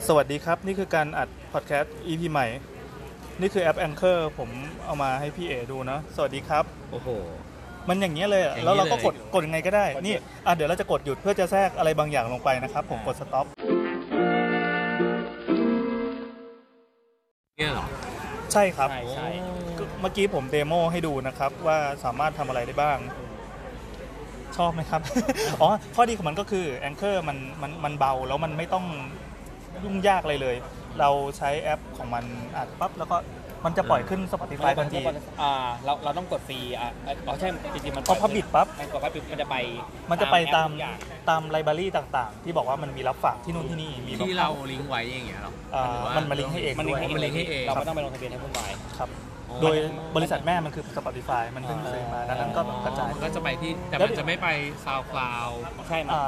สวัสดีครับนี่คือการอัดพอดแคสต์ EP ใหม่นี่คือแอป Anchor ผมเอามาให้พี่เอดูนะสวัสดีครับโอ้โหมันอย่างเงี้ยเลยแล้วเราก็กดยังไงก็ได้นี่เดี๋ยวเราจะกดหยุดเพื่อจะแทรกอะไรบางอย่างลงไปนะครับผมกด stop เนี่ยหรอใช่ครับใช่เมื่อกี้ผมเดโมให้ดูนะครับว่าสามารถทำอะไรได้บ้างชอบไหมครับ อ๋อข้อดีของมันก็คือ Anchor มันเบาแล้วมันไม่ต้องยุ่งยากอะไรเลยเราใช้แอปของมันอัดปั๊บแล้วก็มันจะปล่อยขึ้น Spotify ทันทีเราต้องกดฟรีใช่จริงๆมันพอพับบิดปั๊บกดปั๊บมันจะไปตามไลบรารีต่างๆที่บอกว่ามันมีรับฝากที่นู่นที่นี่มีที่เราลิงก์ไว้อย่างเงี้ยหรอมันมาลิงก์ให้เองด้วยเราไม่ต้องไปลงทะเบียนให้วุ่นวายครับโดยบริษัทแม่มันคือ Spotify มันเพิ่งซื้อมาดังนั้นก็กระจายก็จะไปที่แต่มันจะไม่ไป SoundCloud ใช่มั้ย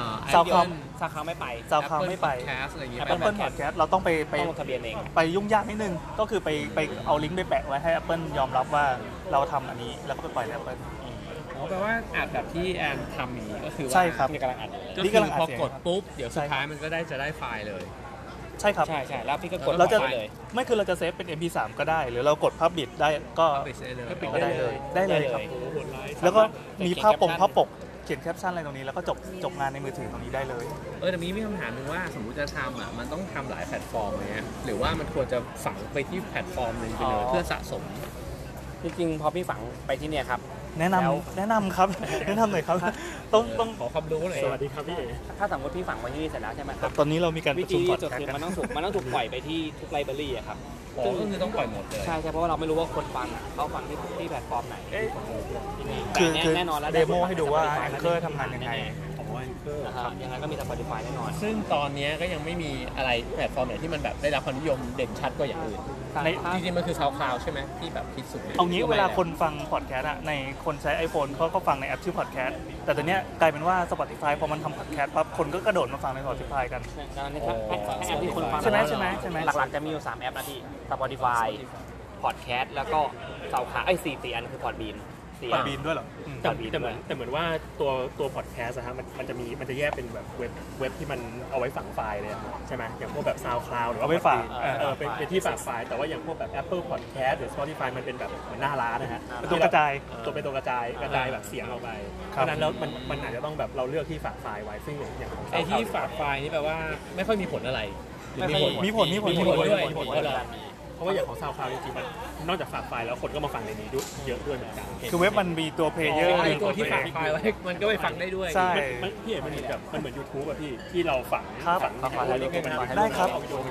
SoundCloud ไม่ไป SoundCloud ไม่ไป Podcast อะไรอย่างเงี้ย Apple Podcast เราต้องไปลงทะเบียนเองไปยุ่งยากนิดนึงก็คือไปเอาลิงก์ไปแปะไว้ให้ Apple ยอมรับว่าเราทำอันนี้แล้วก็ไปปล่อยใน Apple แปลว่าอัดแบบที่แอนทำนี้ก็คือว่าใช่ครับนี่กำลังอัดก็คือพอกดปุ๊บเดี๋ยวสุดท้ายมันก็จะได้ไฟล์เลยใช่ครับใช่แล้วพี่ก็กดเราจะไม่คือเราจะเซฟเป็น MP3 ก็ได้หรือเรากด Publish ได้ก็ได้เลยครับแล้วก็มีภาพปกเขียนแคปชั่นอะไรตรงนี้แล้วก็จบงานในมือถือตรงนี้ได้เลยแต่มีคำถามนึงว่าสมมุติจะทำมันต้องทำหลายแพลตฟอร์มไหมหรือว่ามันควรจะฝังไปที่แพลตฟอร์มนึงไปเลยเพื่อสะสมจริงๆพอพี่ฝังไปที่เนี่ยครับแนะนำครับแนะนำหน่อยครับต้องขอความรู้หน่อยสวัสดีครับพี่เอถ้าสมมติพี่ฝังไว้ที่นี่เสร็จแล้วใช่ไหมครับตอนนี้เรามีการประชุมพอดแคสต์มันต้องถูกปล่อยไปที่ทุกไลบรารีอะครับก็คือต้องปล่อยหมดเลยใช่เพราะว่าเราไม่รู้ว่าคนฟังเขาฟังที่แพลตฟอร์มไหนคือแน่นอนแล้วเดโมให้ดูว่า Anchor ทำงานยังไงยังไงก็มี Spotify แน่นอนซึ่งตอนนี้ก็ยังไม่มีอะไรแพลตฟอร์มไหนที่มันแบบได้รับความนิยมเด่นชัดกว่าอย่างอื่นจริงๆมันคือ SoundCloud ใช่ไหมที่แบบที่สุดเอางี้เวลาคนฟังพอดแคสต์ในคนใช้ iPhone เขาก็ฟังในแอปชื่อพอดแคสต์แต่ตอนนี้กลายเป็นว่า Spotify พอมันทำพอดแคสต์ปั๊บคนก็กระโดดมาฟังใน Spotify กันแอปที่คนฟังใช่ไหมหลักๆจะมีอยู่3แอปนะที่ Spotify Podcast แล้วก็ SoundCloud 4อันคือ Podbean ด้วยเหรอแต่เหมือนว่าตัวพอดแคสต์อะมันจะแยกเป็นแบบเว็บที่มันเอาไว้ฝังไฟล์เลยใช่ไหมอย่างพวกแบบ SoundCloud หรือว่าเอาไว้ฝากเป็นที่ฝากไฟล์แต่ว่าอย่างพวกแบบ Apple Podcast หรือ Spotify มันเป็นแบบเหมือนหน้าร้านนะฮะเป็นตัวกระจายแบบเสียงออกไปเพราะนั้นแล้วมันอาจจะต้องแบบเราเลือกที่ฝากไฟล์ไว้ซึ่งอย่างของไอ้ที่ฝากไฟล์นี่แปลว่าไม่ค่อยมีผลอะไรมีผลด้วยเพราะว่าอย่างของ SoundCloud จริงๆมันนอกจากฝากไฟล์แล้วคนก็มาฟังในนี้ด้วยเยอะด้วยเหมือนกันคือเว็บมันมีตัวเพลเยอร์ตัวที่ฝากไฟล์ไว้มันก็ไปฟังได้ด้วยใช่พี่เห็นมันเหมือน YouTube อ่ะพี่ที่เราฝังแล้วได้ครับ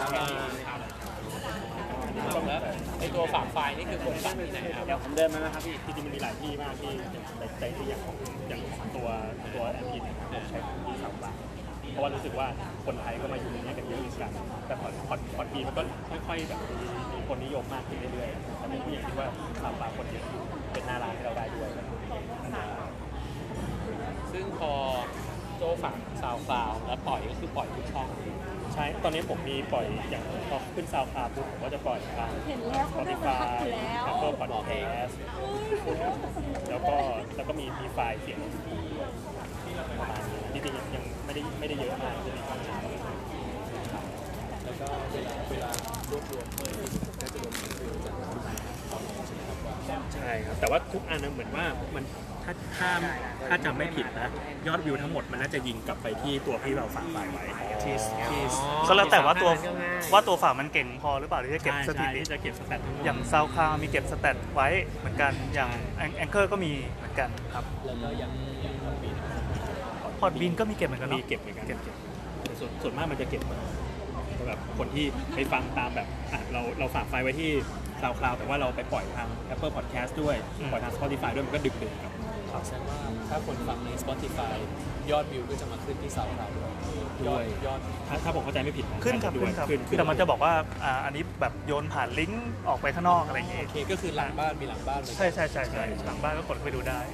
แล้วไอ้ตัวฝากไฟล์นี่คือคนฝากที่ไหนครับเดี๋ยวผมเดินมานะครับพี่จริงๆมันมีหลายที่มากที่แต่ที่อย่างตัวแอปพีใช้ที่สามบาทเพราะว่ารู้สึกว่าคนไทยก็มาอยู่ในนี้กันเยอะเหมือนกันแต่พอดบีมันก็ค่อยๆแบบมีคนนิยมมากขึ้นเรื่อยๆแต่ผมยังคิดว่าสามบาทคนเยอะเป็นหน้าร้านให้เราได้ด้วยซึ่งพอโจฝังSoundCloudแล้วปล่อยก็คือปล่อยทุกช่องใช่ตอนนี้ผมมีปล่อยอย่างพอขึ้นSoundCloudปุ๊บผมก็จะปล่อยทาง Spotify Apple Podcast แล้วก็มีไฟล์เสียงประมาณนี้จริงๆยังไม่ได้เยอะมากเลยแล้วก็เวลารวบรวมเพื่อที่จะรวมใช่ครับแต่ว่าทุกอันเหมือนว่ามันถ้าจำไม่ผิดนะยอดวิวทั้งหมดมันน่าจะยิงกลับไปที่ตัวที่เราฝากไว้ที่ก็แล้วแต่ว่าตัวฝากมันเก่งพอหรือเปล่าที่จะเก็บสถิติจะเก็บสแตทอย่าง SoundCloud มีเก็บสแตทไว้เหมือนกันอย่าง Anchor ก็มีเหมือนกันครับแล้วก็อย่าง Podbean ก็มีเก็บเหมือนกันเก็บเหมือนกันส่วนมากมันจะเก็บแบบคนที่ไปฟังตามแบบเราฝากไฟล์ไว้ที่ SoundCloud แต่ว่าเราไปปล่อยทาง Apple Podcast ด้วยปล่อยทาง Spotify ด้วยมันก็ดึกครับแสดงว่าถ้าคนฟังใน Spotify ยอดวิวก็จะมาขึ้นที่ SoundCloud ด้วยยอดถ้าผมเข้าใจไม่ผิดขึ้นครับแต่มันจะบอกว่าอันนี้แบบโยนผ่านลิงก์ออกไปข้างนอกอะไรอย่างเงี้ยก็คือหลังบ้านมีหลังบ้านใช่หลังบ้านก็กดไปดูได้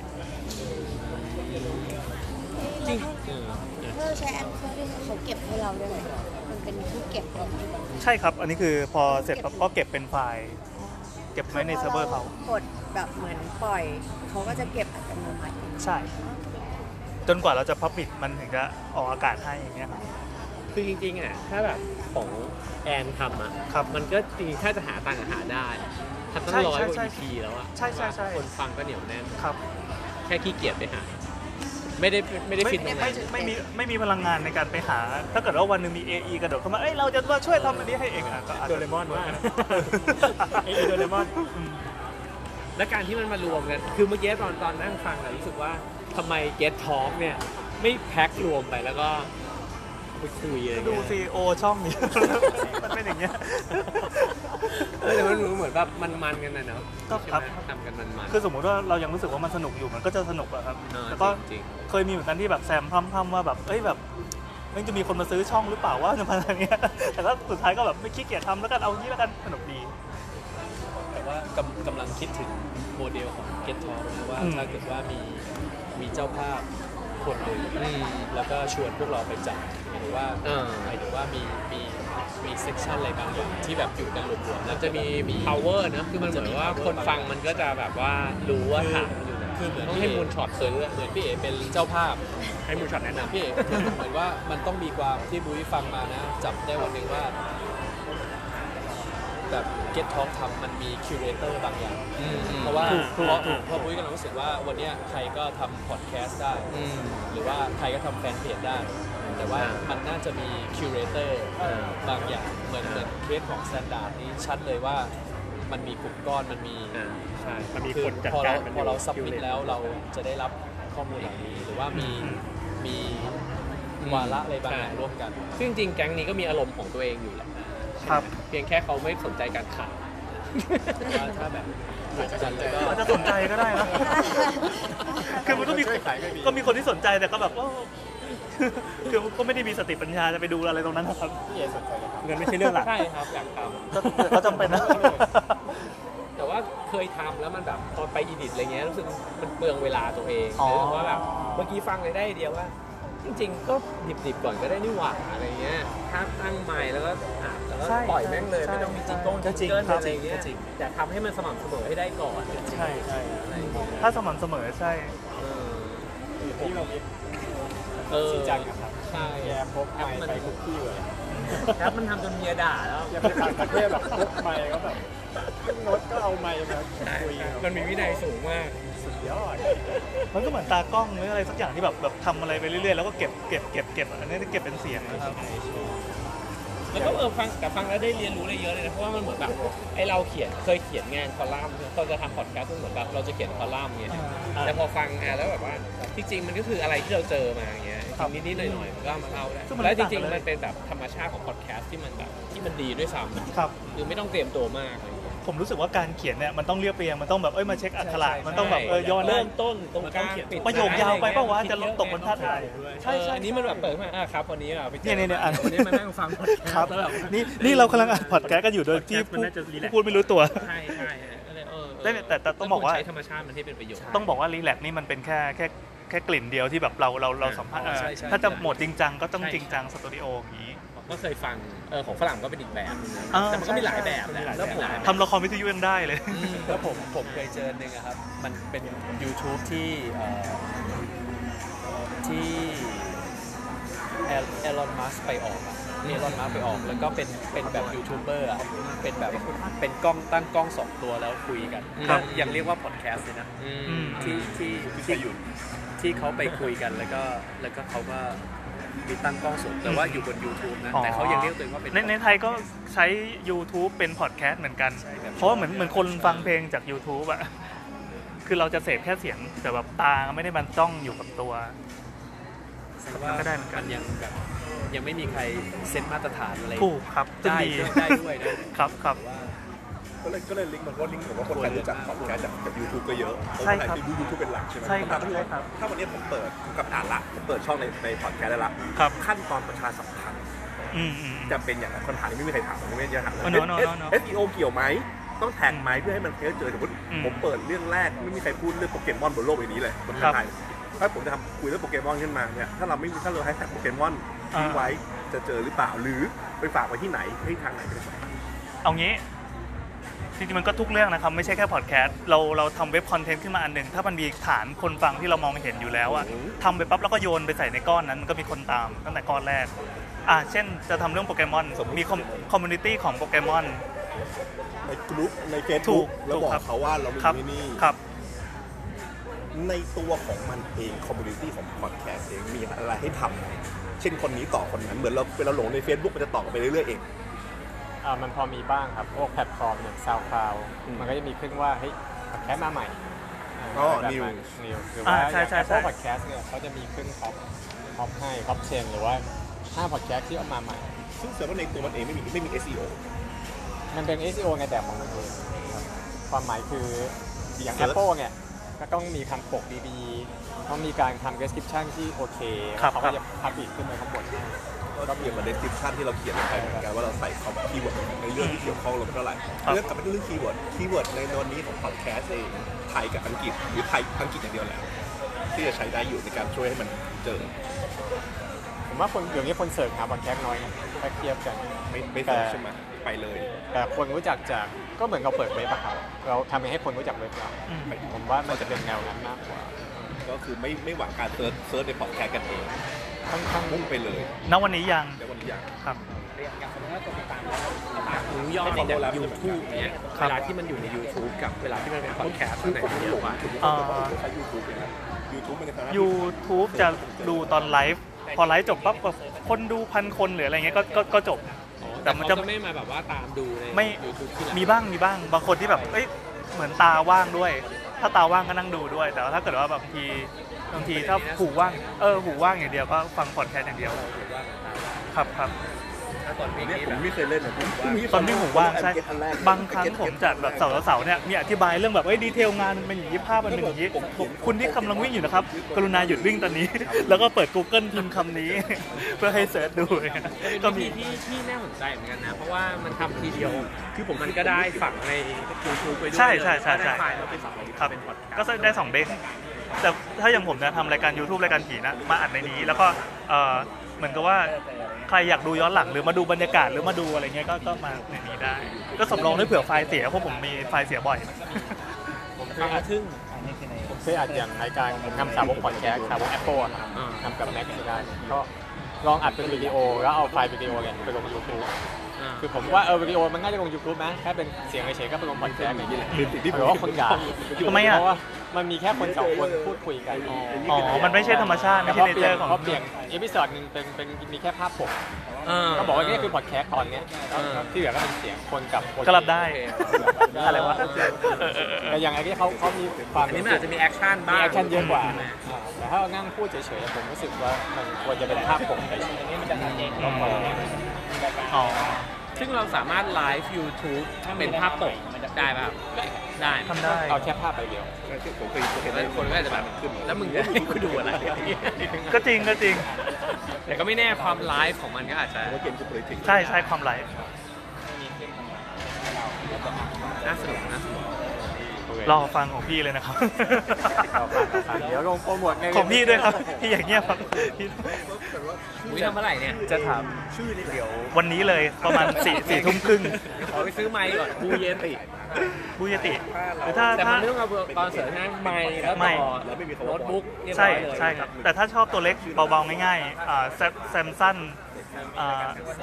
จริงถ้าใช้แอปเขาเก็บให้เราด้วยมันเป็นที่เก็บใช่ครับอันนี้คือพอเสร็จก็เก็บเป็นไฟล์เก็บไว้ในเซิร์ฟเวอร์เขากดแบบเหมือนปล่อยเขาก็จะเก็บอัตโนมัติใช่จนกว่าเราจะพับบิดมันถึงจะออกอากาศให้อย่างเงี้ยคืคือจริงๆอ่ะถ้าแบบของแอนทำอ่ะครับมันก็จริงๆถ้าจะหาตังค์หาได้ทำตั้ใช่ง100 กว่าใช่ EP แล้วอ่ะใช่ใช่ใช่คนฟังก็เหนียวแน่นครับแค่ขี้เกียจไปหาไม่ได้ฟินตรงนั้นไม่มีพลังงานในการไปหา ถ้าเกิดว่าวันหนึงมี AE กระโดดเข้ามาเอ้ยเราจะมาช่วยทำอันนี้ให้เองก็อาจจะโดเรมอนว่าไอ้โดเรมอนและการที่มันมารวมกันคือเมื่อกี้ตอนนั่งฟังอะรู้สึกว่าทำไม Get Talk เนี่ยไม่แพ็ครวมไปแล้วก็ไปคุยอะไรดูเงี้ยซีโอช่องนี้ มันเป็นอย่างเงี้ยแต่มันรู้เหมือนแบบมันกันนะเนาะก็ใช่ครับไหมทำกันมันคือสมมุติว่าเรายังรู้สึกว่ามันสนุกอยู่มันก็จะสนุกอะครับๆแล้วก็จริงเคยมีเหมือนกันที่แบบแซมพร่ำๆว่าแบบเอ้ยแบบมันจะมีคนมาซื้อช่องหรือเปล่าว่าจะมาอะไรเงี้ย แต่ก็สุดท้ายก็แบบไม่ขี้เกียจทำแล้วกันเอางี้แล้วกันสนุกดีแต่ว่ากำลังคิดถึงโมเดลของ Get Talk นะว่าถ้าเกิดว่ามีเจ้าภาพคนหนึ่งแล้วก็ชวนพวกเราไปจัดหมายถึงว่ามีเซกชันอะไรบางอย่างที่แบบอยู่กันรวมๆแล้วจะมี power นะคือมันเหมือนว่าคนฟังมันก็จะแบบว่ารู้ว่าถามอยู่นะคือเหมือนต้องพี่ให้เอมูลช็อตซื้อเหมือนพี่เอเป็นเจ้าภาพให้มูลช็อตแนะนำพี่เอเหมือนว่ามันต้องมีความที่บุ้ยฟังมานะจับได้วันหนึ่งว่าแบบ Get Talk ทำมันมีคิวเรเตอร์บางอย่างเพราะว่าเพราะบุ้ยกำลังรู้สึกว่าวันเนี้ยใครก็ทำพอดแคสต์ได้หรือว่าใครก็ทำแฟนเพจได้แต่ว่ามันน่าจะมีคิวเรเตอร์บางอย่างเหมือนเคสของ Standard นี้ชัดเลยว่ามันมีกลุ่มก้อนมันมีใช่มันมีคือคนจัดพอการเรามันพอเรายู่สับมิดแล้วเราจะได้รับข้อมูลเหล่านี้หรือว่ามีวาระอะไรบางอย่างร่วมกันซึ่งจริงๆแก๊งนี้ก็มีอารมณ์ของตัวเองอยู่แหละครับเพียงแค่เขาไม่สนใจการขายว่าถ้าแบบรวมกันแล้วก็อาจจะสนใจก็ได้นะ คือมันก็มีคนที่สนใจแต่ก็แบบคือก็ไม่ได้มีสติปัญญาจะไปดูอะไรตรงนั้นนะครับพี่เอสนใจกันเงินไม่ใช่เรื่องหลักใช่ครับอยากทก็จำเป็นนะแต่ ว่าเคยทำแล้วมันแบบพอไปอีดิทอะไรเงี้ยรู้สึกมันเปลืองเวลาตัวเองอ๋อหรือว่าแบบเมื่อกี้ฟังเลยได้ไอเดียว่า จริงๆก็ดิบๆก่อนก็ได้นี่หว่าอะไรเงี้ยถ้าตั้งไมค์แล้วก็อัดแล้วก็ปล่อยแม่งเลยไม่ต้องมีจิงโก้ก็จริงจิงเกิลครับอะไรเงี้ยแต่ทำให้มันสม่ำเสมอให้ได้ก่อนใช่ใช่อะไรอย่างเงี้ยถ้าสม่ำเสมอใช่ที่เรามีจริงจังครับใช่แกพกไมค์ไปทุกที่เลยแอปมันทำจนเมียด่าแล้วอย่าไปต่างประเทศแบบพกไมค์ก็แบบขึ้นรถก็เอาไมค์มาคุยมันมีวินัยสูงมากสุดยอดมันก็เหมือนตากล้องหรืออะไรสักอย่างที่แบบทำอะไรไปเรื่อยๆแล้วก็เก็บอันนี้เก็บเป็นเสียงนะครับแล้วก็ฟังแล้วได้เรียนรู้อะไรเยอะเลยนะเพราะว่ามันเหมือนแบบไอเราเคยเขียนงานคอลัมน์ตอนจะทำพอดแคสต์มันเหมือนแบบเราจะเขียนคอลัมน์เงี้ยแต่พอฟังแล้วแบบว่าที่จริงมันก็คืออะไรที่เราเจอมาอย่างเงี้ยนิดๆหน่อยๆมันก็เอามาเล่าได้แล้วจริงๆมันเป็นแบบธรรมชาติของพอดแคสต์ที่มันแบบที่มันดีด้วยซ้ำครับคือไม่ต้องเตรียมตัวมากเลยผมรู้สึกว่าการเขียนเนี่ยมันต้องเรียบเรียงมันต้องแบบมาเช็คอักขระมันต้องแบบย้อนเริ่มต้นตรงกลางปิดประโยคยาวไปป่าววะจะลบตกบรรทัดได้ใช่ใช่อันนี้มันแบบเปิดมาครับวันนี้ไปเจอเนี่ยอ่านวันนี้มานั่งฟังพอดแคสครับต์แล้วแบบนี่เรากำลังอ่านพอดแคสต์กันอยู่โดยที่พูดไม่รู้ตัวใช่ก็เลยแต่ต้องบอกว่าใช้ธรรมชาติมันให้เป็นประโยชน์ต้องบอกว่ารีแลกซ์นี่มันเป็นแค่กลิ่นเดียวที่แบบเราสัมผัสถ้าจะโหมดจริงจังก็ต้องจริงจังสตูดิโออย่างนี้ก็เคยฟังของฝรั่งก็เป็นอีกแบบนึงนะอ่าแต่มันก็มีหลายแบบใช่แหละแล้วผมทำละครวิทยุยังได้เลยแล้วผมเคยเจอหนึ่งอะครับมันเป็น YouTube ที่เอลอนมัสไปออกอะเอลอนมัสไปออกแล้วก็เป็นแบบยูทูบเบอร์อะเป็นแบบเป็นกล้องตั้งกล้อง2ตัวแล้วคุยกันครับยังเรียกว่าพอดแคสต์เลยนะ ที่เขาไปคุยกันแล้วก็เขาก็มีตั้งกล้องสดแต่ว่าอยู่บน YouTube นะแต่เขายังเรียกตัวเองว่าเป็นในไทยก็ใช้ YouTube เป็นพอดแคสต์เหมือนกันใช่ครับเพราะว่าเหมือนคนฟังเพลงจาก YouTube อะคือเราจะเสพแค่เสียงแต่แบบตาไม่ได้มันจ้องอยู่กับตัวแต่ว่าก็ได้เหมือนกันมันยังแบบยังไม่มีใครเซตมาตรฐานอะไรถูกครับได้ดีได้ด้วยนะครับครับว่าก็เลยลิงก์มันก็ลิงก์ผมว่าคนไทยรู้จักพอดแคสต์จาก YouTube ก็เยอะใช่ครับนไทยที่ดู YouTube เป็นหลักใช่ไหมใช่ครับถ้าใช่ครับถ้าวันนี้ผมเปิดกับอ่านละผมเปิดช่องในพอดแคสต์ได้ละครับขั้นตอนประชาสัมพันธ์อืมจะเป็นอย่างไรคำถามนี้ไม่มีใครถามผมไม่ได้ถามเลย no SEO เกี่ยวไหมต้องแท็กไหมเพื่อให้มันเจอสมมติอืมผมเปิดเรื่องแรกไม่มีใครพูดเรื่องโปเกมอนบนโลกใบนี้เลยคนครับไทยถ้าผมจะทำคุยเรื่องโปเกมอนขึ้นมาเนี่ยถ้าเราแฮชแท็กโปเกมอนทิ้งไว้จะเจอหรือเปล่าหรือไปฝากไว้ที่ไหนให้ทางไหนเป็นสำคัญเอางี้จริงๆมันก็ทุกเรื่องนะครับไม่ใช่แค่พอดแคสต์เราทำเว็บคอนเทนต์ขึ้นมาอันหนึ่งถ้ามันมีฐานคนฟังที่เรามองเห็นอยู่แล้วอะทำไปปั๊บแล้วก็โยนไปใส่ในก้อนนั้นมันก็มีคนตามตั้งแต่ก้อนแรกเช่นจะทำเรื่องโปเกมอนมีคอมมูนิตี้ของโปเกมอนในกลุ่มในเฟซถูบุ๊กกแล้วบอกครับเขาว่าเรามีครับที่นี่ครับในตัวของมันเองคอมมูนิตี้ของพอดแคสต์เองมีอะไรให้ทำเช่นคนนี้ต่อคนนั้นเหมือนเราหลงใน Facebook มันจะต่อกันไปเรื่อยๆเองมันพอมีบ้างครับพวกแพลตฟอร์มอย่าง SoundCloud มันก็จะมีขึ้นว่าเฮ้ยพอดแคสต์มาใหม่นิวหรือว่าใช่ใช่พวกพอดแคสต์เนี่ยเขาจะมีขึ้นท็อปให้ท็อป10หรือว่า5พอดแคสต์ที่ออกมาใหม่ซึ่งแสดงว่าในตัวมันเองไม่มี SEO มันเป็น SEO ในแบบของมันเองครับความหมายคืออย่าง Search Apple เนี่ยก็ต้องมีคำปกดีๆต้องมีการทำ description ที่โอเคครับเขาก็จะพับอีกขึ้นไปข้างบนให้ก็เกี่ยวกับ description ที่เราเขียนลงไปเหมือนกันว่าเราใส่คำคีย์เวิร์ดในเรื่องที่เกี่ยวข้องลงไปเท่าไหร่เรื่องกลับไปที่เรื่องคีย์เวิร์ดในวันนี้ของพอดแคสต์เองไทยกับอังกฤษหรือไทยอังกฤษอย่างเดียวแล้วที่จะใช้ได้อยู่ในการช่วยให้มันเจอผมว่าคนเดี๋ยวนี้คนเสิร์ชหาพอดแคสต์น้อยนะถ้าเทียบกันไม่เสิร์ชใช่ไหมไปเลยแต่คนรู้จักจากก็เหมือนเราเปิดเว็บอะครับเราทำให้คนรู้จักเว็บเราผมว่ามันจะเป็นแนวนั้นมากกว่าก็คือไม่หวังการเซิร์ชในพอดแคสต์กันเองค่อนข้างมุ่งไปเลยณวันนี้ยังในวันนี้อย่างครับอย่างสมมติว่าตัวติดตามแล้วยอดใน YouTube เนี่ยเวลาที่มันอยู่ใน YouTube กับเวลาที่มันเป็นพอดแคสต์อันไหนเยอะกว่าใช้ YouTube เลยนะ YouTube มันในฐานะ YouTube จะดูตอนไลฟ์พอไลฟ์จบปั๊บแบบคนดู1,000 คนหรืออะไรเงี้ยก็จบแต่มันจะไม่มาแบบว่าตามดูในไม่ YouTube ที่หลังมีบ้างบางคนที่แบบเหมือนตาว่างด้วย ถ้าตาว่างก็นั่งดูด้วย แต่ว่าถ้าเกิดว่าบางทีถ้าหูว่างหูว่างอย่างเดียวก็ฟังพอดแคสต์อย่างเดียวครับถ้าตอนนี้ผมไม่เคยเล่นนะตอนที่หูว่างใช่บางครั้งผมจัดแบบเสาร์เนี่ยมีอธิบายเรื่องแบบดีเทลงานมันเป็นอย่างนี้ภาพมันเป็นอย่างนี้คุณที่กำลังวิ่งอยู่นะครับกรุณาหยุดวิ่งตอนนี้ แล้วก็เปิด Google พิมพ์คำนี้ เพื่อให้เสิร์ชดูก็มีที่น่าสนใจเหมือนกันนะเพราะว่ามันทำทีเดียวคือผมมันก็ได้ฝังใน YouTube ไปด้วยใช่ได้ไฟล์มาเป็นครับเป็นพอดแคสต์ก็ได้2เด้งแต่ถ้าอย่างผมเนี่ยทำรายการ YouTube รายการผีนะมาอัดในนี้แล้วก็เหมือนกับว่าใครอยากดูย้อนหลังหรือมาดูบรรยากาศหรือมาดูอะไรเงี้ยก็มาในนี้ได้ก็สำรองด้วยเผื่อไฟล์เสียเพราะผมมีไฟล์เสียบ่อยผมเคยอัดอย่างรายการผมทำสาวกพอดแคสต์สาวก Apple อะครับทำกับ Mac ที่ได้ก็ลองอัดเป็นวิดีโอแล้วเอาไฟล์วิดีโอเนี่ยไปลง YouTube คือผมว่าวิดีโอมันง่ายจะลง YouTube นะแค่เป็นเสียงเฉยๆก็ไปลงพอดแคสต์อย่างนี้แหละหรือว่าคนด่าทำไมอ่ะเพราะว่ามันมีแค่คน2คนพูดคุยกันมันไม่ใช่ธรรมชาติไม่ใช่เนเจอร์ของพอเปลี่ยนเอพิโซดนึงเป็นมีแค่ภาพปกก็บอกว่านี่คือพอดแคสต์ตอนเนี้ยที่เหลือก็เป็นเสียงคนกับก็รับได้อะไรวะแต่อย่างไอ้ที่เขามีความอันนี้มันอาจจะมีแอคชั่นบ้างมีแอคชั่นเยอะกว่าแต่ถ้าเรานั่งพูดเฉยๆผมรู้สึกว่ามันควรจะเป็นภาพปกเฉยๆนี่มันจะทำเองซึ่งเราสามารถไลฟ์ YouTube เป็นภาพปกได้ป่ะได้ทำได้เอาแค่ภาพไปเดียวผมเคยเห็นแล้วคนก็อาจจะแบบแล้วมึงจะให้กูดูอะไรก็จริงแต่ก็ไม่แน่ความไลฟ์ของมันก็อาจจะว่าเกมคือ politics ใช่ความไลฟ์น่าสนุกรอฟังของพี่เลยนะครับเดี๋ยวลงโปรโมทของพี่ด้วยครับพี่อย่างเงี้ยครับพี่อุ้ยทำเมื่อไหร่เนี่ยจะถามชื่อเดี๋ยววันนี้เลยประมาณ4 ทุ่มครึ่งขอไปซื้อไมค์ก่อนบูเยติผู้ยติหรือถ้าแต่มันเรื่องเอาตอนเสริมนะไมค์แล้วต่อโน้ตบุ๊กเรียบร้ใช่อยเลยใช่ครับแต่ถ้าชอบตัวเล็กเบาๆง่ายๆแซมซันโก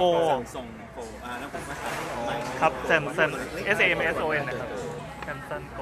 ครับแซมSAMSON นะครับแซมซันโก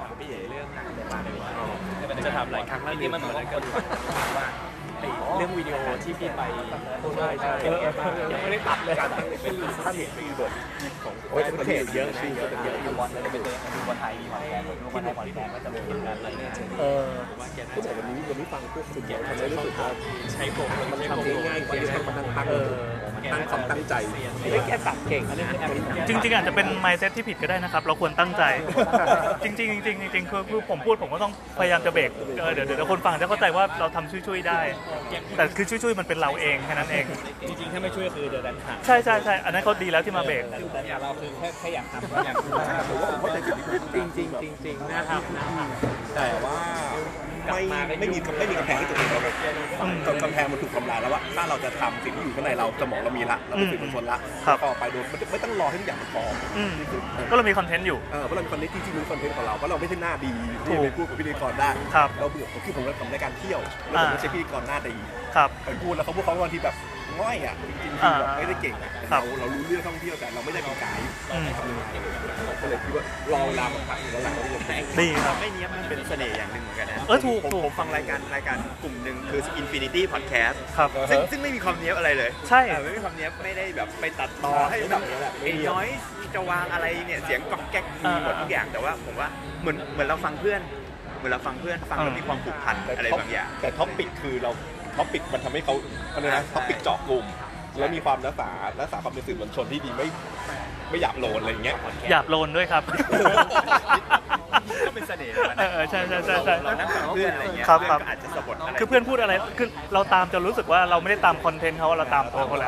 จะทำหลายครั้งแล้วที่มันเหมือนกันว่าเรื่องวิดีโอที่พี่ไปใช่ยังไม่ได้ตัดเลยเป็นถ้าเห็นเป็นบทของโอ้ยประเทศเยอะชื่อก็เยอะอยู่บอลเลยเป็นบอลไทยมีบอลแกนบอลไทยบอลแกนก็จะเป็นกันอะไรเนี่ยก็บอกวันนี้ฟังพวกคุณทำได้รู้สึกว่าใช้โปรมันทำได้ง่ายกว่าที่มันตั้งความตั้งใจไม่แค่ตัดเก่งนะจริงๆอาจจะเป็น mindset ที่ผิดก็ได้นะครับเราควรตั้งใจจริงคือผมพูดผมก็ต้องพยายามจะเบรกเดี๋ยวคนฟังจะเข้าใจว่าเราทำช่วยๆได้แต่คือช่วยๆมันเป็นเราเองแค่นั้นเองจริงๆถ้าไม่ช่วยคือเดินดันขาดใช่อันนั้นเขาดีแล้วที่มาเบรกแต่เราคือแค่อยากทำอยากผมว่าผมเข้าใจผิดจริงนะครับแต่ว่าไม่มีกำแพงให้ตัวเองเราเลยกำแพงมันถูกทำลายแล้วว่าถ้าเราจะทำสิ่งที่อยู่ข้างในเราสมองเรามีละเราเป็นสื่อมวลชนละต่อไปโดยไม่ต้องรอให้ทุกอย่างมันพร้อมก็เรามีคอนเทนต์อยู่เพราะเราเป็นคอนเทนต์จริงๆมันคอนเทนต์ของเราเพราะเราไม่ใช่หน้าดีที่ไปพูดกับพิธีกรได้เราเบื่อที่ผมทำรายการเที่ยวแล้วผมไม่ใช่พิธีกรหน้าดีไปพูดแล้วเขาพูดเขาบางทีแบบง่อยอ่ะจริงๆคือแบบไม่ได้เก่งอะครัเราบรู้เรื่องท่องเที่ยวแต่เราไม่ได้เป็นไกด์อืมทำยังไงผมก็เลยคิดว่ารอเวลามาพักแล้วหลังจากนี้ดีครับไม่เนี้ยมันเป็นเสน่ห์อย่างหนึ่งเหมือนกันนะถูกผมฟังรายการกลุ่มหนึ่งคือ Infinity Podcast ครับซึ่งไม่มีความเนี้ยบอะไรเลยใช่ไม่มีความเนี้ยบไม่ได้แบบไปตัดต่อให้แบบไอ้น้อยจะวางอะไรเนี่ยเสียงก๊อกแก๊กมีหมดทุกอย่างแต่ว่าผมว่าเหมือนเราฟังเพื่อนฟังแล้วมีความผูกพันอะไรบางอย่างแต่ท็อปปิกคือเราท็อปปิกมันทำให้เขาอะไรนะท็อปปิกเจาะกลุ่มแล้วมีความรักษาความเป็นสื่อมวลชนที่ดีไม่หยาบโลนอะไรอย่างเงี้ยหยาบโลนด้วยครับก็เป็นเสน่ห์นะใช่เรานั่งฟังเพื่อนอะไรเงี้ยครับเพื่อนก็อาจจะสะบัดอะไรคือเพื่อนพูดอะไรคือเราตามจนรู้สึกว่าเราไม่ได้ตามคอนเทนต์เขาเราตามตัวเขาแล้ว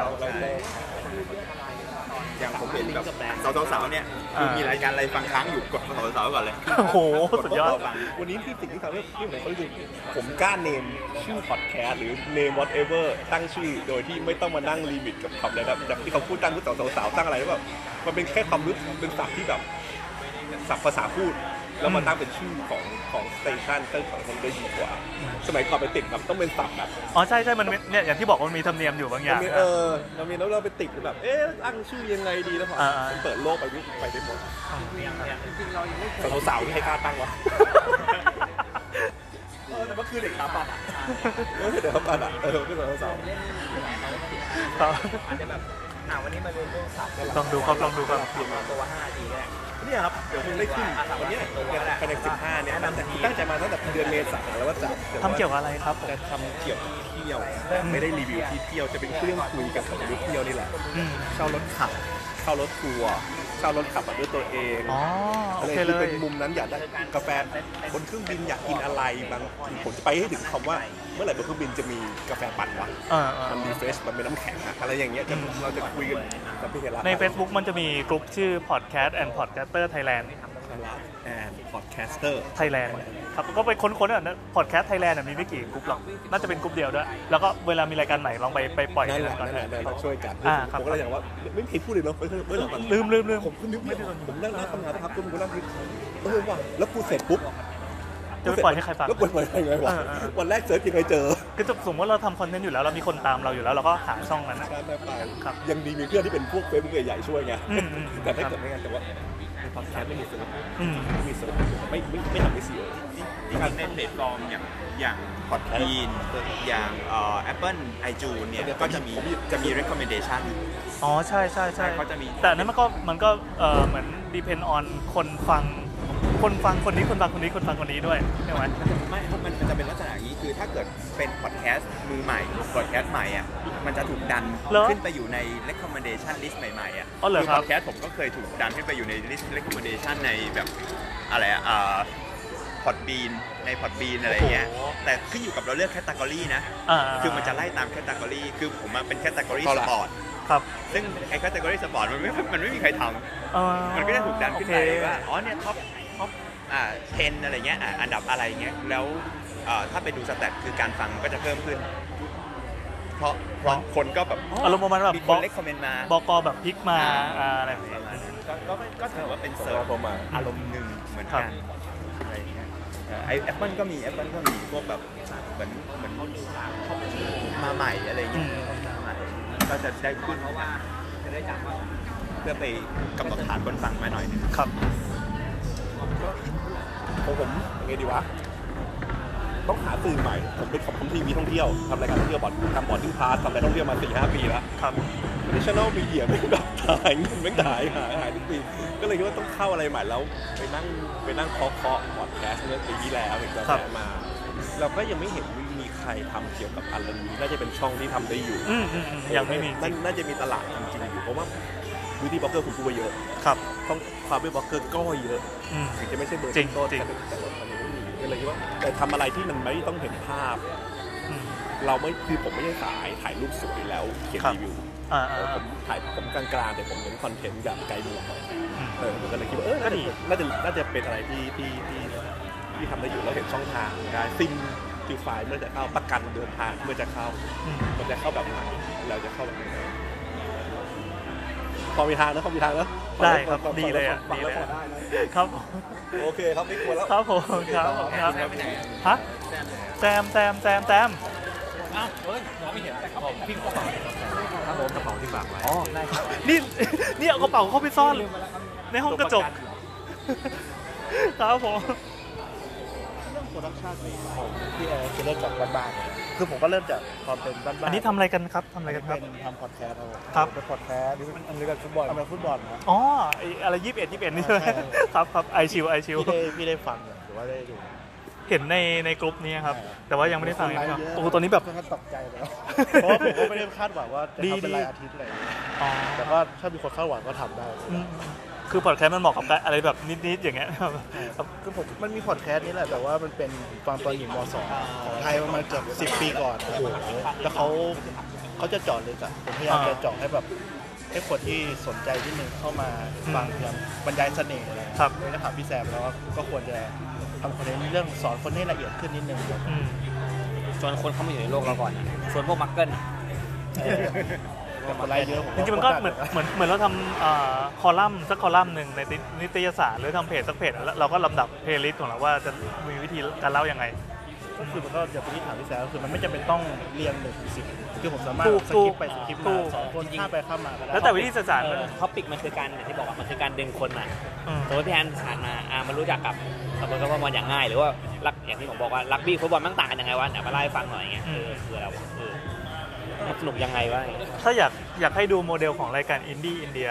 อย่างผมเห็นแบบสาวๆเนี่ยคือมีรายการอะไรฟังค้างอยู่กดสาวๆก่อนเลยโอ้โหสุดยอดวันนี้ที่สิ่งที่ทำให้ที่ผมรู้สึกผมกล้าเนมชื่อพอดแคสต์หรือเนม whatever ตั้งชื่อโดยที่ไม่ต้องมานั่งลิมิตกับคำอะไรแบบที่เขาพูดตั้งพูดสาวๆตั้งอะไรแบบมันเป็นแค่ความรู้เป็นศัพท์ที่แบบศัพท์ภาษาพูดแล้วมาตั้งเป็นชื่อของสเตชันตั้งของคนได้ดีกว่าสมัยก่อนไปติดแบบต้องเป็นศัพท์แบบอ๋อใช่มันเนี่ยอย่างที่บอกว่ามันมีธรรมเนียมอยู่บางอย่างเรามีแล้วเราไปติดแบบตั้งชื่อยังไงดีแล้วพอเปิดโลกไปได้หมดสาวๆที่ให้กล้าตั้งวะแต่ว่าคือเด็กตาปัดเด็กตาปัดคือสาวอาจจะแบบวันนี้มาเรียนเรื่องศัพท์ลองดูครับเปลี่ยนมาตัว5 นาทีแรกเนี่ยครับเดี๋ยวคงได้ขึ้นวันนี้ภายใน15เนี่ยตั้งใจมาตั้งแต่เดือนเมษายนแล้วว่าจะทำเกี่ยวกับอะไรครับจะทำเกี่ยวกับเที่ยวไม่ได้รีวิวที่เที่ยวจะเป็นเรื่องคุยกับคนที่เที่ยวนี่แหละเช่ารถขับเช่ารถทัวร์เช่ารถขับด้วยตัวเองอ๋อโอเคอะไรเลที่ยเป็นมุมนั้นอยากได้กาแฟบนเครื่องบินอยากกินอะไรบางผมจะไปให้ถึงคำว่าเมื่อไหร่บนเครื่องบินจะมีกาแฟปั่นวะมันรีเฟรชมันเป็นน้ำแข็งอะไรอย่างเงี้ยเราจะคุยกันกับพี่เฮล่าใน Facebook มันจะมีกลุ่มชื่อ Podcast and Podcaster Thailand แอนพอดแคสเตอร์ Thailand ครับก็ไปค้นๆอ่ะนะ Podcast Thailand มีไม่กี่กลุ่มหรอกน่าจะเป็นกลุ่มเดียวด้วยแล้วก็เวลามีรายการใหม่ลองไปปล่อยนั่นแหกัละนก่อนเราช่วยกันผมก็เลยอย่างว่าไม่เคยพูดเลยเนาะไม่หรอกลืมผมนึกไม่ได้ผมนั่งรับคำถามครับผมนั่งคิดว่ะแล้วกูเสร็จปุ๊บจะไปปล่อยให้ใครฟังแล้วปล่อยยังไงวะวันแรกเสิร์ชยังไงเจอคือสมมติเราทำคอนเทนต์อยู่แล้วเรามีคนตามเราอยู่แล้วเราก็หาช่องนั้นนะ ครับยังดีมีเพื่อนที่เป็นพวกเฟซบุ๊กใหญ่ๆช่วยไงแต่ถ้าเกิดไม่งั้นแต่ว่าพอดแคสต์ไม่มีเสิร์ชไม่มีเสิร์ชไม่ทำไม่เสียจริงๆในแพลตฟอร์มอย่าง Podbean อย่างApple iTunes เนี่ยก็จะมี recommendation อ๋อใช่เขาจะมีแต่อันนั้นมันก็เหมือน depend on คนฟังคนนี้ด้วยใช่ไหมไม่มันจะเป็นลักษณะอย่างนี้คือถ้าเกิดเป็นพอดแคสต์มือใหม่พอดแคสต์ใหม่อ่ะมันจะถูกดันขึ้นไปอยู่ใน recommendation list ใหม่ๆอ่ะคือพอดแคสต์ผมก็เคยถูกดันขึ้นไปอยู่ใน list recommendation ในแบบอะไรPodbean ใน Podbean อะไรเงี้ยแต่ขึ้นอยู่กับเราเลือกแคตตากรีนะคือมันจะไล่ตามแคตตากรีคือผมมาเป็นแคตตากรีสปอร์ตครับซึ่งไอ้แคตตากรีสปอร์ตมันไม่มีใครทำมันก็จะถูกดันขึ้นไปว่าอ๋อเนี่ยท็อป10อะไรเงี้ยอันดับอะไรเงี้ยแล้วถ้าไปดูสแตทคือการฟังก็จะเพิ่มขึ้นเพราะคนก็แบบอารมณ์ประมาณแบบมีคนเล็กคอมเมนต์มาบกแบบพลิกมาอะไรแบบนี้ก็ถือว่าเป็นเสิร์ฟอารมณ์หนึ่งเหมือนกันอะไรเงี้ยไอแอปเปิลก็มีพวกแบบเหมือนมาใหม่อะไรเงี้ยก็จะได้ขึ้นเพื่อไปกำหนดฐานคนฟังมาหน่อยนึงครับผมยังไงดีวะต้องหาสื่อใหม่ผมทีวีท่องเที่ยวทำรายการท่องเที่ยวทำบอร์ดดิ้งพาสทำอะไรท่องเที่ยวมา 4-5 ปีแล้วครับ traditional media ไม่แบบหายทุกปีก็เลยคิดว่าต้องเข้าอะไรใหม่แล้วไปนั่งเคาะพอดแคสต์เมื่อปีที่แล้วถึงจะแมา เราก็ยังไม่เห็นมีใครทำเกี่ยวกับอะไรนี้น่าจะเป็นช่องที่ทำได้อยู่ยังไม่มีน่าจะมีตลาดจริงๆอยู่เพราะว่าบิวตี้บล็อกเกอร์คุณพูดเยอะครับต้องความเป็นบล็อกเกอร์ก็เยอะถึงจะไม่ใช่เบอร์ต้นแต่ว่าตอนนี้ไม่มีก็เลยคิดว่าแต่ทำอะไรที่มันไม่ต้องเห็นภาพเราไม่คือผมไม่ได้ถ่ายรูปสวยแล้วเขียนรีวิวผมกลางๆแต่ผมเน้นคอนเทนต์แบบไกด์เมืองผมก็เลยคิดว่าน่าจะเป็นอะไรที่ทำได้อยู่แล้วเห็นช่องทางได้ซิมคิวไฟล์เมื่อจะเข้าประกันเดินทางเมื่อจะเข้ามันจะเข้าแบบไหนเราจะเข้าแบบไหนพอมีทางนะได้ครับดีเลยอ่ะดีเลยครับโอเคครับไม่กลัวแล้วครับผมครับฮะแซมอ้าวเฮ้ยมองไม่เห็นผมพิงเข้าไปครับผมกระเป๋าที่ฝากไว้อ๋อได้ครับนี่เอากระเป๋าเข้าไปซ่อนในห้องกระจกครับผมเรื่องโปรดักชันของพี่แอร์คือเริ่มจากบ้านๆคือผมก็เริ่มจากความเป็นบ้านๆอันนี้ทำอะไรกันครับทำอะไรกันครับเป็นทำพอดแคสต์ครับเป็นพอดแคสต์อันนี้ก็ฟุตบอลทำเป็นฟุตบอลนะอ๋อไอ้อะไร21นี่ใช่ไหมใช่ครับไอชิวพี่ได้ฟังหรือว่าได้ดูเห็นในกลุ่มนี้ครับใช่แต่ว่ายังไม่ได้ฟังคนไลค์เยอะโอ้ตอนนี้แบบค่อนข้างตกใจเลยเพราะว่าผมก็ไม่ได้คาดหวังว่าจะทำเป็นรายอาทิตย์อะไรอย่างเงี้ยอ๋อแต่ก็ถ้ามีคนคาดหวังก็ทำได้คือพอดแคสต์มันเหมาะกับอะไรแบบนิดๆอย่างเงี้ยครับคือผมมันมีพอดแคสต์นี่แหละแต่ว่ามันเป็นฟังตอนอยู่ม.2 ของไทยประมาณเกือบ10 ปีก่อนแล้วเขาจะเจาะลึกอะผมพยายามจะเจาะให้แบบให้คนที่สนใจที่หนึ่งเข้ามาฟังเพียงบรรยายเสน่ห์อะไรครับแล้วถามพี่แซมแล้วก็ควรจะทำคอนเทนต์เรื่องสอนคนให้ละเอียดขึ้นนิดนึงชวนคนเข้ามาอยู่ในโลกเราก่อนนะชวนพวกมักเกิลแต่คนไลค์เยอะผมจริงๆมันก็เหมือนเราทำคอลัมน์สักคอลัมน์หนึ่งในนิตยสารหรือทำเพจสักเพจแล้วเราก็ลำดับเพลย์ลิสต์ของเราว่าจะมีวิธีการเล่ายังไงก็คือมันก็อย่างที่ถามพี่แซมก็คือมันไม่จำเป็นต้องเรียง1 ถึง 10คือผมสามารถถูกสกิปไปสกิปถูมาก 2 คนข้ามไปข้ามมาก็ได้แล้วแต่วิธีสื่อสารมันท็อปิกมันคือการอย่างที่บอกว่ามันคือการดึงคนมาอืมสมมติพี่แอนผ่านมามันรู้จักกับสมมติว่าบอลอย่างง่ายหรือว่ารักอย่างที่ผมบอกว่ารักบี้ฟุตบอลมันต่างกันยังไงวะเดี๋ยวมาเล่าให้ฟังหน่อยอย่างเงี้ยคือเรามันสนุกยังไงวะถ้าอยากให้ดูโมเดลของรายการอินดี้อินเดีย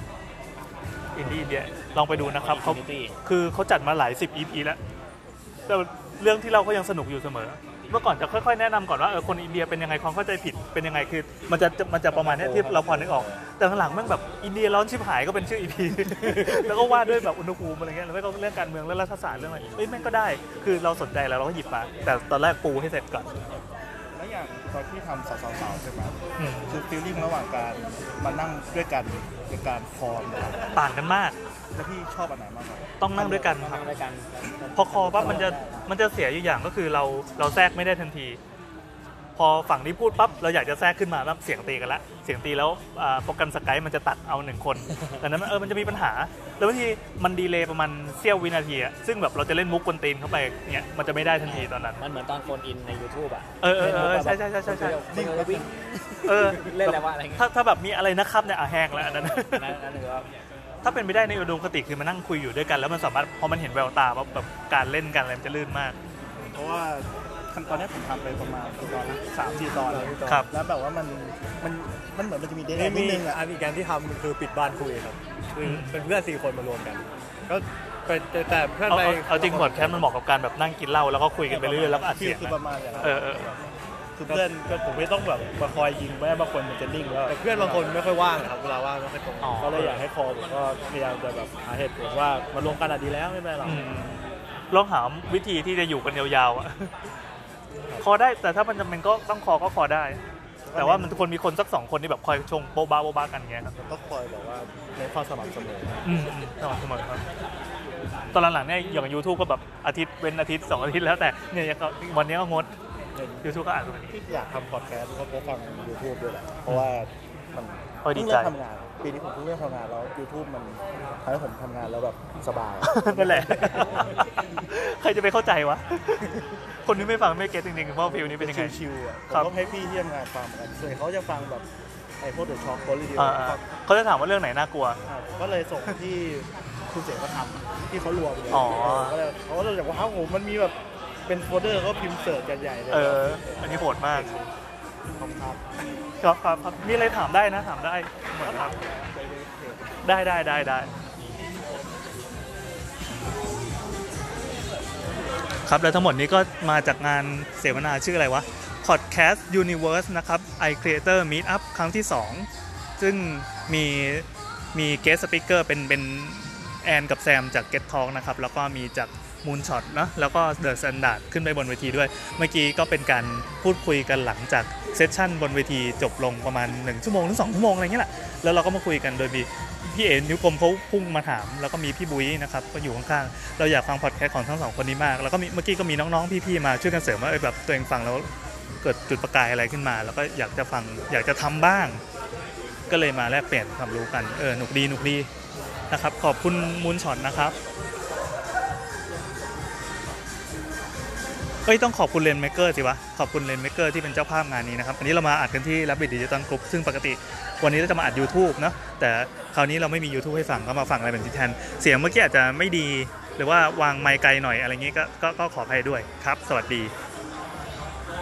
ลองไปดูนะครับเขาคือเขาจัดมาหลาย10 EP แล้วแต่เรื่องที่เราก็ยังสนุกอยู่เสมอเมื่อก่อนจะค่อยๆแนะนำก่อนว่าคนอินเดียเป็นยังไงความเข้าใจผิดเป็นยังไงคือมันจะประมาณนี้ที่เราพอนึกออกแต่ข้างหลังแม่งแบบอินเดียร้อนชิบหายก็เป็นชื่อ EP แล้วก็วาดด้วยแบบอุณหภูมิอะไรเงี้ยแล้วก็เรื่องการเมืองเรื่องรัฐศาสตร์เรื่องอะไรแม่งก็ได้คือเราสนใจแล้วเราก็หยิบมาแต่ตอนแรกปูให้เสร็จก่อนแล้วอย่างตอนที่ทำสาวๆใช่ไหมคือฟีลลิ่งระหว่างการมานั่งด้วยกันในการคอมต่างกันมากแล้วพี่ชอบอันไหนมากกว่าต้องนั่งด้วยกันครับด้วยกันพอคอปั๊บมันจะเสียอยู่อย่างก็คือเราแทรกไม่ได้ทันที พอฝั่งนี้พูดปั๊บเราอยากจะแทรกขึ้นมาแล้วเสียงตีกันละเสียงตีแล้วโปรแกรมสกายมันจะตัดเอา1 คนดังนั้นมันจะมีปัญหาแล้วบางทีมันดีเลย์ประมาณเสี้ยววินาทีอะซึ่งแบบเราจะเล่นมุกกวนตีนเข้าไปเนี่ยมันจะไม่ได้ทันทีตอนนั้นมันเหมือนตอนโฟนอินใน YouTube อ่ะใช่วิ่งเล่นอะไรวะอะไรเงี้ยถ้าแบบมีอะไรนะครับเนี่ยแห้งแล้วอันนั้นนั่นคือว่าถ้าเป็นไปได้ในอุดมคติคือมานั่งคุยอยู่ด้วยกันแล้วมันสามารถพอมันเห็นแววตาว่าแบบการเล่นกันอะไรมันจะลื่นมากเพราะว่าตอนนี้ผมทำไปประมาณกี่ตอนนะ3-4 ตอนครับแล้วแบบว่ามันเหมือนมันจะมีเดทนิดนึงอ่ะอันอีกการที่ทำคือปิดบ้านคุยครับคือเป็นเพื่อน4 คนมารวมกันก็ไปแต่เพื่อนไปเอาจริงพอดแคสต์มันเหมาะกับการแบบนั่งกินเหล้าแล้วก็คุยกันไปเรื่อยๆแล้วก็อัดเสียงคือประมาณอย่างนั้นคือเพื่อนก็ผมไม่ต้องแบบมาคอยยิงแม่บางคนมันจะนิ่งแล้วแต่เพื่อนบางคนไม่ค่อยว่างครับเวลาว่างไม่ค่อยตรงก็เลยอยากให้คอผมก็พยายามจะแบบหาเหตุผลว่ามารวมกันดีแล้วไม่เป็นไรหรอกลองหาวิธีที่จะอยู่กันยาวๆอ่ะคอได้แต่ถ้ามันจำเป็นก็ต้องคอได้ แต่ว่ามันควรมีคนสัก2 คนที่แบบคอยชงโบ๊ะบ้ากันอย่างเงี้ยครับก็คอยแบบว่าในความสม่ำเสมอสม่ำเสมอครับตอนหลังๆเนี่ยอย่าง YouTube ก็แบบอาทิตย์เว้นอาทิตย์2 อาทิตย์แล้วแต่เนี่ยวันนี้ก็งด YouTube ก็อ่านตรงนี้ที่อยากทำพอดแคสต์เพราะฟัง YouTube ด้วยแหละเพราะว่ามันดีเพิ่งใจเริ่มทำงานปีนี้ผมเพิ่งเริ่มทำงานแล้ว YouTube มันทำให้ผมทำงานแล้วแบบสบายนั่นแหละ ใครจะไปเข้าใจวะ คนที่ไม่ฟังไม่เก็ตจริงๆว่าฟิลนี้เป็นยังไงชิวๆอ่ะผมครับต้องให้พี่ที่ทำงานฟังเหมือนกันส่วนเขาจะฟังแบบไอ้พวกเดอะช็อคโคลิเดียเขาจะถามว่าเรื่องไหนน่ากลัวก็เลยส่งที่คุณเสกก็ทำที่เขารวมเลยอ๋อก็เลยเขาก็เลยบอกว่าโหมันมีแบบเป็นโฟลเดอร์เขาพิมพ์เสิร์ชกันใหญ่เลยอันนี้โหดมากขอบคุณครับครับมีอะไรถามได้นะถามได้เหมือนครับได้ครับแล้วทั้งหมดนี้ก็มาจากงานเสวนาชื่ออะไรวะ Podcast Universe นะครับ I Creator Meetup ครั้งที่2ซึ่งมี guest speaker เป็นแอนกับแซมจาก Get Talk นะครับแล้วก็มีจากMoonshot นะแล้วก็ The Standard ขึ้นไปบนเวทีด้วยเมื่อกี้ก็เป็นการพูดคุยกันหลังจากเซสชั่นบนเวทีจบลงประมาณ1 ชั่วโมงถึง2 ชั่วโมงอะไรเงี้ยแหละแล้วเราก็มาคุยกันโดยมีพี่เอ๋นิ้วกลมเขาพุ่งมาถามแล้วก็มีพี่บุ้ยนะครับก็อยู่ข้างๆเราอยากฟังพอดแคสต์ของทั้ง2 คนนี้มากแล้วก็เมื่อกี้ก็มีน้องๆพี่ๆมาช่วยกันเสริมว่าแบบตัวเองฟังแล้วเกิดจุดประกายอะไรขึ้นมาแล้วก็อยากจะฟังอยากจะทำบ้างก็เลยมาแลกเปลี่ยนความรู้กันหนุกดีนะครับขอบคุณMoonshotนะครับต้องขอบคุณเลนเมเกอร์สิวะขอบคุณเลนเมเกอร์ที่เป็นเจ้าภาพงานนี้นะครับอันนี้เรามาอัดกันที่ Rabbit Digital Group ซึ่งปกติวันนี้เราจะมาอัด YouTube เนาะแต่คราวนี้เราไม่มี YouTube ให้ฟังก็มาฟังอะไรแบบนี้แทนเสียงเมื่อกี้อาจจะไม่ดีหรือว่าวางไมค์ไกลหน่อยอะไรเงี้ยก็ขออภัยด้วยครับสวัสดี